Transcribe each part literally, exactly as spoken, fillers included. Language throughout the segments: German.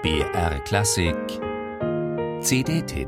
B R Klassik C D-Tipp.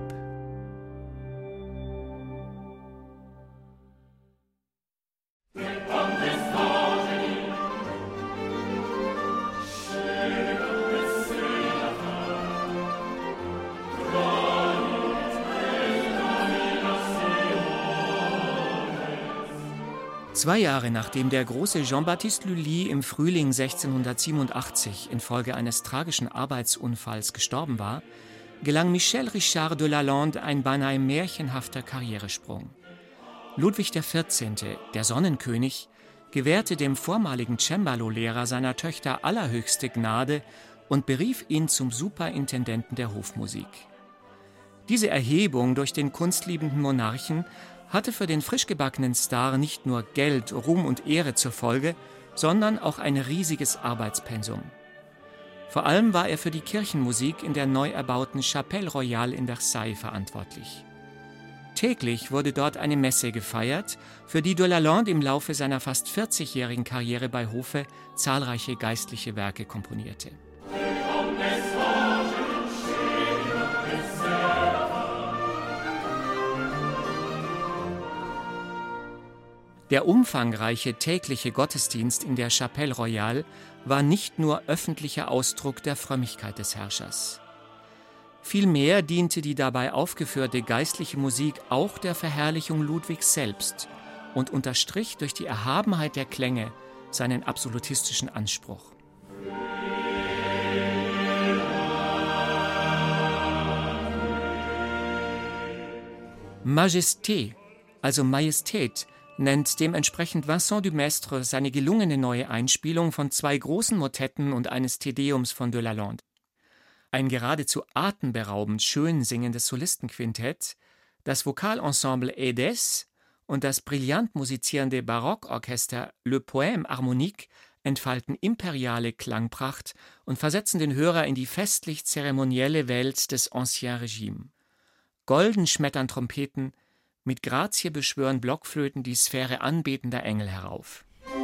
Zwei Jahre nachdem der große Jean-Baptiste Lully im Frühling sechzehnhundertsiebenundachtzig infolge eines tragischen Arbeitsunfalls gestorben war, gelang Michel Richard de Lalande ein beinahe märchenhafter Karrieresprung. Ludwig der vierzehnte., der Sonnenkönig, gewährte dem vormaligen Cembalo-Lehrer seiner Töchter allerhöchste Gnade und berief ihn zum Superintendenten der Hofmusik. Diese Erhebung durch den kunstliebenden Monarchen hatte für den frischgebackenen Star nicht nur Geld, Ruhm und Ehre zur Folge, sondern auch ein riesiges Arbeitspensum. Vor allem war er für die Kirchenmusik in der neu erbauten Chapelle Royale in Versailles verantwortlich. Täglich wurde dort eine Messe gefeiert, für die de Lalande im Laufe seiner fast vierzigjährigen Karriere bei Hofe zahlreiche geistliche Werke komponierte. Der umfangreiche tägliche Gottesdienst in der Chapelle Royale war nicht nur öffentlicher Ausdruck der Frömmigkeit des Herrschers. Vielmehr diente die dabei aufgeführte geistliche Musik auch der Verherrlichung Ludwigs selbst und unterstrich durch die Erhabenheit der Klänge seinen absolutistischen Anspruch. Majesté, also Majestät, nennt dementsprechend Vincent Dumestre seine gelungene neue Einspielung von zwei großen Motetten und eines Te-Deums von de Lalande. Ein geradezu atemberaubend schön singendes Solistenquintett, das Vokalensemble Edes und das brillant musizierende Barockorchester Le Poème Harmonique entfalten imperiale Klangpracht und versetzen den Hörer in die festlich-zeremonielle Welt des Ancien Regime. Golden schmettern Trompeten, mit Grazie beschwören Blockflöten die Sphäre anbetender Engel herauf.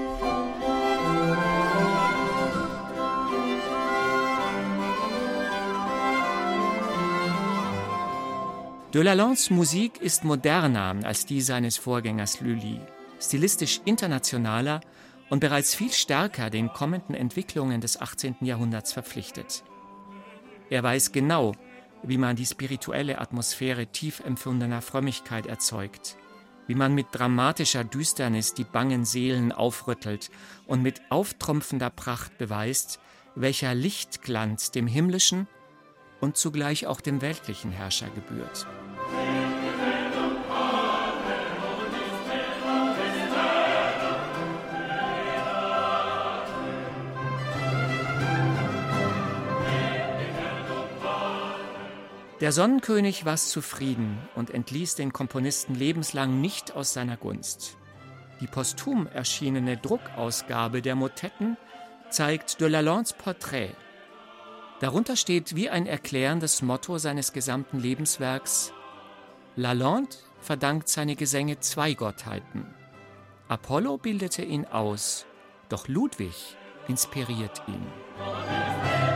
De Lalandes Musik ist moderner als die seines Vorgängers Lully, stilistisch internationaler und bereits viel stärker den kommenden Entwicklungen des achtzehnten. Jahrhunderts verpflichtet. Er weiß genau, wie man die spirituelle Atmosphäre tief empfundener Frömmigkeit erzeugt, wie man mit dramatischer Düsternis die bangen Seelen aufrüttelt und mit auftrumpfender Pracht beweist, welcher Lichtglanz dem himmlischen und zugleich auch dem weltlichen Herrscher gebührt. Der Sonnenkönig war zufrieden und entließ den Komponisten lebenslang nicht aus seiner Gunst. Die posthum erschienene Druckausgabe der Motetten zeigt de Lalandes Porträt. Darunter steht wie ein erklärendes Motto seines gesamten Lebenswerks: Lalande verdankt seine Gesänge zwei Gottheiten. Apollo bildete ihn aus, doch Ludwig inspiriert ihn.